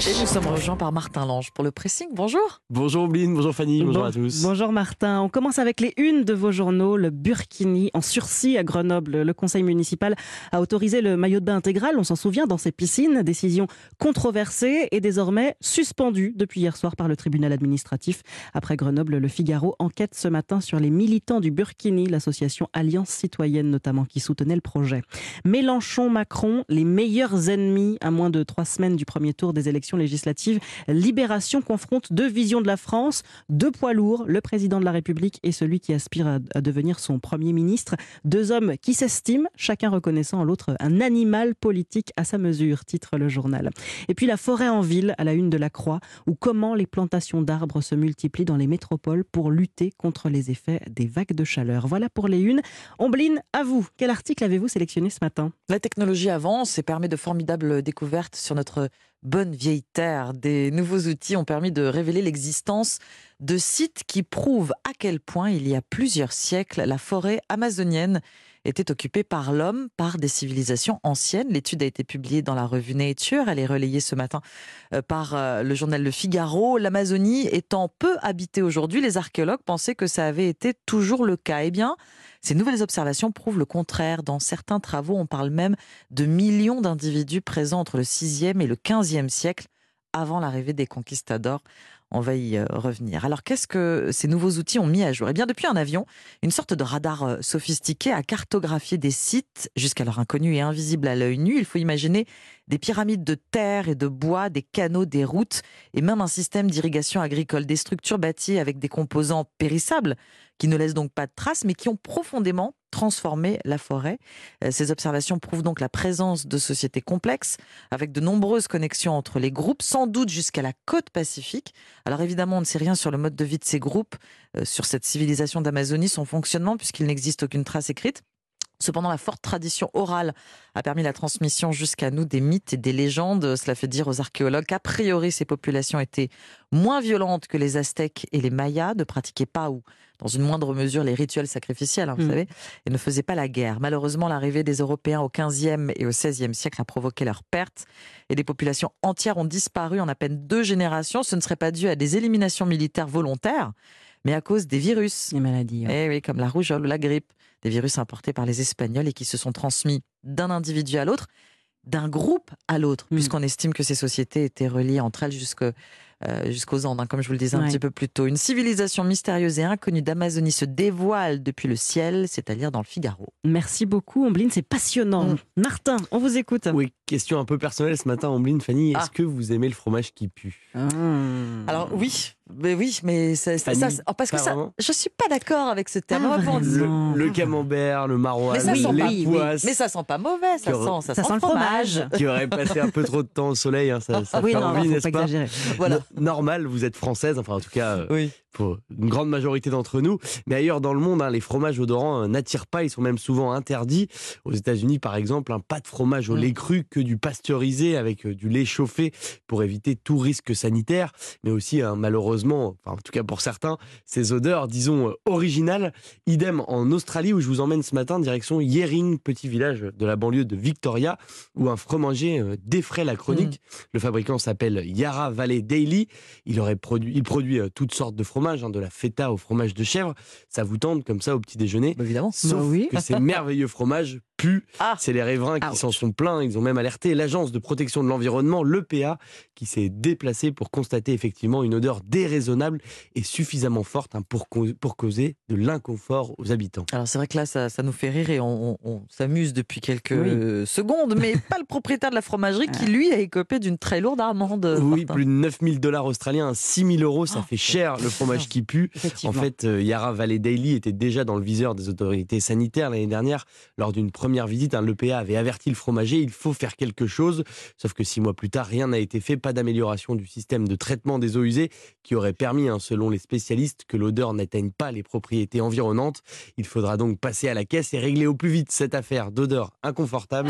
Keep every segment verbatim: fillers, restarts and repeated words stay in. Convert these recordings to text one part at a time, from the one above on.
H. Et nous sommes rejoints par Martin Lange pour le pressing. Bonjour. Bonjour Ombline, bonjour Fanny, bonjour bon, à tous. Bonjour Martin. On commence avec les unes de vos journaux. Le burkini en sursis à Grenoble. Le conseil municipal a autorisé le maillot de bain intégral, on s'en souvient, dans ses piscines. Décision controversée et désormais suspendue depuis hier soir par le tribunal administratif. Après Grenoble, le Figaro enquête ce matin sur les militants du burkini, l'association Alliance Citoyenne notamment, qui soutenait le projet. Mélenchon-Macron, les meilleurs ennemis à moins de trois semaines du premier tour des élections législatives. Libération confronte deux visions de la France, deux poids lourds, le président de la République et celui qui aspire à, à devenir son premier ministre. Deux hommes qui s'estiment, chacun reconnaissant en l'autre un animal politique à sa mesure, titre le journal. Et puis la forêt en ville, à la une de la Croix, où comment les plantations d'arbres se multiplient dans les métropoles pour lutter contre les effets des vagues de chaleur. Voilà pour les unes. Ombline, à vous, quel article avez-vous sélectionné ce matin ? La technologie avance et permet de formidables découvertes sur notre bonne vieille terre. Des nouveaux outils ont permis de révéler l'existence de sites qui prouvent à quel point, il y a plusieurs siècles, la forêt amazonienne était occupée par l'homme, par des civilisations anciennes. L'étude a été publiée dans la revue Nature. Elle est relayée ce matin par le journal Le Figaro. L'Amazonie étant peu habitée aujourd'hui, les archéologues pensaient que ça avait été toujours le cas. Eh bien, ces nouvelles observations prouvent le contraire. Dans certains travaux, on parle même de millions d'individus présents entre le sixième et le quinzième siècle, avant l'arrivée des conquistadors. On va y revenir. Alors, qu'est-ce que ces nouveaux outils ont mis à jour ? Eh bien, depuis un avion, une sorte de radar sophistiqué a cartographié des sites jusqu'alors inconnus et invisibles à l'œil nu. Il faut imaginer des pyramides de terre et de bois, des canaux, des routes et même un système d'irrigation agricole. Des structures bâties avec des composants périssables qui ne laissent donc pas de traces, mais qui ont profondément transformé la forêt. Ces observations prouvent donc la présence de sociétés complexes, avec de nombreuses connexions entre les groupes, sans doute jusqu'à la côte pacifique. Alors évidemment, on ne sait rien sur le mode de vie de ces groupes, euh, sur cette civilisation d'Amazonie, son fonctionnement, puisqu'il n'existe aucune trace écrite. Cependant, la forte tradition orale a permis la transmission jusqu'à nous des mythes et des légendes. Cela fait dire aux archéologues qu'a priori, ces populations étaient moins violentes que les Aztèques et les Mayas, ne pratiquaient pas ou, dans une moindre mesure, les rituels sacrificiels, hein, vous mmh. savez, et ne faisaient pas la guerre. Malheureusement, l'arrivée des Européens au quinzième et au seizième siècle a provoqué leur perte et des populations entières ont disparu en à peine deux générations. Ce ne serait pas dû à des éliminations militaires volontaires, mais à cause des virus. Les maladies. Eh oui, comme la rougeole ou la grippe. Des virus importés par les Espagnols et qui se sont transmis d'un individu à l'autre, d'un groupe à l'autre, mmh. puisqu'on estime que ces sociétés étaient reliées entre elles jusque, euh, jusqu'aux Andes, hein, comme je vous le disais un ouais. petit peu plus tôt. Une civilisation mystérieuse et inconnue d'Amazonie se dévoile depuis le ciel, c'est à lire dans le Figaro. Merci beaucoup, Ombline, c'est passionnant. Mmh. Martin, on vous écoute. Oui, question un peu personnelle ce matin, Ombline, Fanny, est-ce ah. que vous aimez le fromage qui pue ? mmh. Alors oui, mais oui, mais ça, Fanny, ça, ça parce que ça, je suis pas d'accord avec ce terme. Ah, le, le camembert, le maroilles, mais ça les sent pas, poisses. Mais ça sent pas mauvais, ça aurait, sent, ça, ça sent sent le fromage. fromage. Qui aurait passé un peu trop de temps au soleil, hein, ça, ça oui, fait non, envie, faut n'est-ce pas pas exagérer. Voilà. No, normal, vous êtes française, enfin en tout cas, euh, oui. pour une grande majorité d'entre nous. Mais ailleurs dans le monde, hein, les fromages odorants euh, n'attirent pas, ils sont même souvent interdits. Aux États-Unis, par exemple, hein, pas de fromage au mmh. lait cru, que du pasteurisé avec euh, du lait chauffé pour éviter tout risque sanitaire. Mais aussi, hein, malheureusement, enfin, en tout cas pour certains, ces odeurs, disons, euh, originales. Idem en Australie, où je vous emmène ce matin, direction Yering, petit village de la banlieue de Victoria, où un fromager euh, défraie la chronique. Mmh. Le fabricant s'appelle Yarra Valley Daily. Il, aurait produit, il produit euh, toutes sortes de fromages, hein, de la feta au fromage de chèvre. Ça vous tente comme ça au petit déjeuner ? Bah évidemment. Sauf bah oui. que ces merveilleux fromages puent. Ah. C'est les riverains qui s'en sont plaints. Ils ont même alerté l'agence de protection de l'environnement, l'E P A, qui s'est déplacée pour constater effectivement une odeur déraisonnable et suffisamment forte hein, pour, pour causer de l'inconfort aux habitants. Alors c'est vrai que là, ça, ça nous fait rire et on, on, on s'amuse depuis quelques oui. secondes, mais pas le propriétaire de la fromagerie qui, lui, a écopé d'une très lourde amende. Oui, Martin. plus de neuf mille dollars australiens, six mille euros, ça oh, fait cher le fromage qui pue. En fait, euh, Yarra Valley Daily était déjà dans le viseur des autorités sanitaires l'année dernière. Lors d'une première visite, hein, l'E P A avait averti le fromager, il faut faire quelque chose. Sauf que six mois plus tard, rien n'a été fait, pas d'amélioration du système de traitement des eaux usées qui aurait permis, hein, selon les spécialistes, que l'odeur n'atteigne pas les propriétés environnantes. Il faudra donc passer à la caisse et régler au plus vite cette affaire d'odeur inconfortable.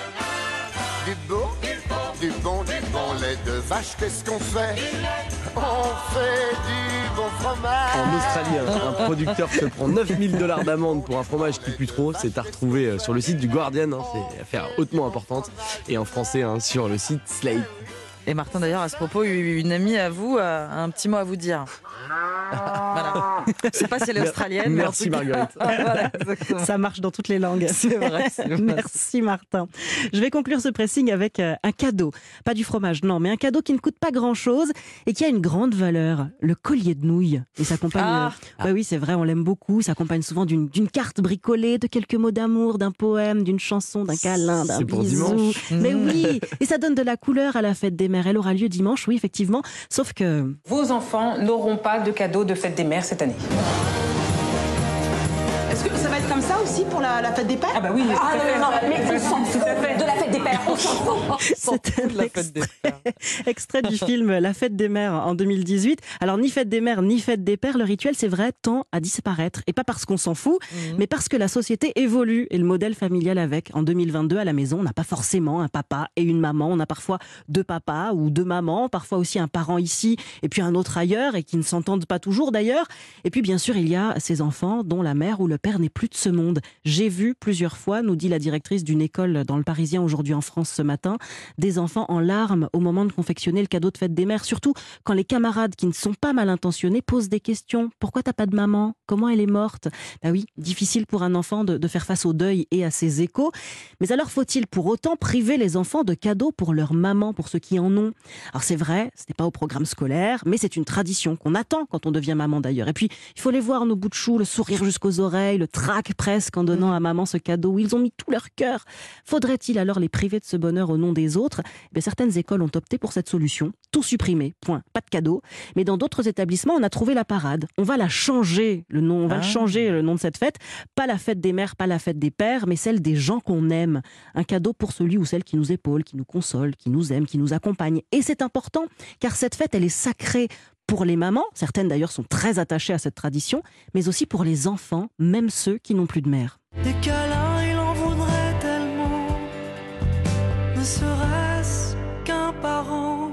Du beau, du bon, du bon lait de vache, qu'est-ce qu'on fait? On fait du bon fromage. En Australie, un, un producteur se prend neuf mille dollars d'amende pour un fromage qui pue trop. C'est à retrouver sur le site du Guardian, hein, c'est une affaire hautement importante. Et en français, hein, sur le site Slate. Et Martin, d'ailleurs, à ce propos, une amie à vous a un petit mot à vous dire. Voilà. Je ne sais pas si elle est australienne. Merci mais en tout cas... Marguerite. Voilà, Ça marche dans toutes les langues. C'est vrai, c'est vrai. Merci Martin. Je vais conclure ce pressing avec un cadeau. Pas du fromage, non, mais un cadeau qui ne coûte pas grand-chose et qui a une grande valeur. Le collier de nouilles. Il s'accompagne... Ah. Euh... Ouais, oui, c'est vrai, on l'aime beaucoup. Il s'accompagne souvent d'une, d'une carte bricolée, de quelques mots d'amour, d'un poème, d'une chanson, d'un câlin, d'un C'est pour bisou. dimanche. Mais oui, et ça donne de la couleur à la fête des mères. Elle aura lieu dimanche, oui, effectivement. Sauf que... Vos enfants n'auront pas de cadeau de fête des mères cette année. Est-ce que ça va être comme ça aussi pour la, la fête des pères? Ah bah oui, Ah non, non, non, mais on s'en fout Tout à fait. de la fête des pères, on s'en fout. C'est un la fête des pères. extrait du film La fête des mères en deux mille dix-huit. Alors, ni fête des mères, ni fête des pères, le rituel, c'est vrai, tend à disparaître. Et pas parce qu'on s'en fout, Mmh. mais parce que la société évolue et le modèle familial avec. En deux mille vingt-deux, à la maison, on n'a pas forcément un papa et une maman. On a parfois deux papas ou deux mamans, parfois aussi un parent ici et puis un autre ailleurs et qui ne s'entendent pas toujours d'ailleurs. Et puis, bien sûr, il y a ces enfants dont la mère ou le père n'est plus de ce monde. J'ai vu plusieurs fois, nous dit la directrice d'une école dans le Parisien aujourd'hui en France ce matin, des enfants en larmes au moment de confectionner le cadeau de fête des mères, surtout quand les camarades qui ne sont pas mal intentionnés posent des questions. Pourquoi t'as pas de maman? Comment elle est morte? Bah oui, difficile pour un enfant de, de faire face au deuil et à ses échos. Mais alors faut-il pour autant priver les enfants de cadeaux pour leur maman, pour ceux qui en ont? Alors c'est vrai, ce n'est pas au programme scolaire, mais c'est une tradition qu'on attend quand on devient maman d'ailleurs. Et puis, il faut les voir nos bouts de chou, le sourire jusqu'aux oreilles, le trac presque en donnant à maman ce cadeau où ils ont mis tout leur cœur. Faudrait-il alors les priver de ce bonheur au nom des autres? Eh bien, certaines écoles ont opté pour cette solution. Tout supprimer, point, pas de cadeau. Mais dans d'autres établissements, on a trouvé la parade. On va la changer, le nom, on va Ah. le changer, le nom de cette fête. Pas la fête des mères, pas la fête des pères, mais celle des gens qu'on aime. Un cadeau pour celui ou celle qui nous épaule, qui nous console, qui nous aime, qui nous accompagne. Et c'est important, car cette fête, elle est sacrée. Pour les mamans, certaines d'ailleurs sont très attachées à cette tradition, mais aussi pour les enfants, même ceux qui n'ont plus de mère. Des câlins, il en voudrait tellement, ne serait-ce qu'un parent.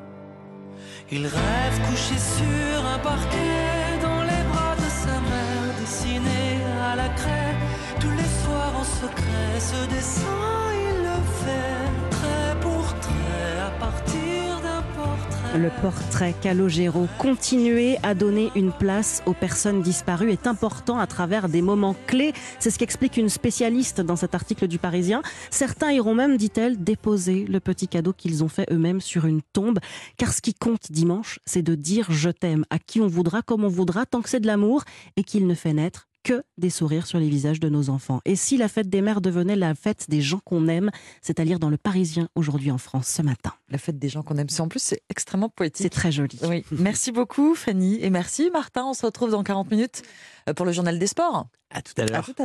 Il rêve couché sur un parquet, dans les bras de sa mère, dessiné à la craie, tous les soirs en secret. Ce dessin, il le fait, trait pour trait, à partir d'un portrait. Le portrait Calogero, continuer à donner une place aux personnes disparues est important à travers des moments clés. C'est ce qu'explique une spécialiste dans cet article du Parisien. Certains iront même, dit-elle, déposer le petit cadeau qu'ils ont fait eux-mêmes sur une tombe. Car ce qui compte dimanche, c'est de dire « je t'aime » à qui on voudra, comme on voudra, tant que c'est de l'amour et qu'il ne fait naître que des sourires sur les visages de nos enfants. Et si la fête des mères devenait la fête des gens qu'on aime, c'est à lire dans le Parisien aujourd'hui en France ce matin. La fête des gens qu'on aime. C'est en plus, c'est extrêmement poétique. C'est très joli. Oui. Merci beaucoup, Fanny. Et merci, Martin. On se retrouve dans quarante minutes pour le journal des sports. À tout à l'heure. À tout à l'heure.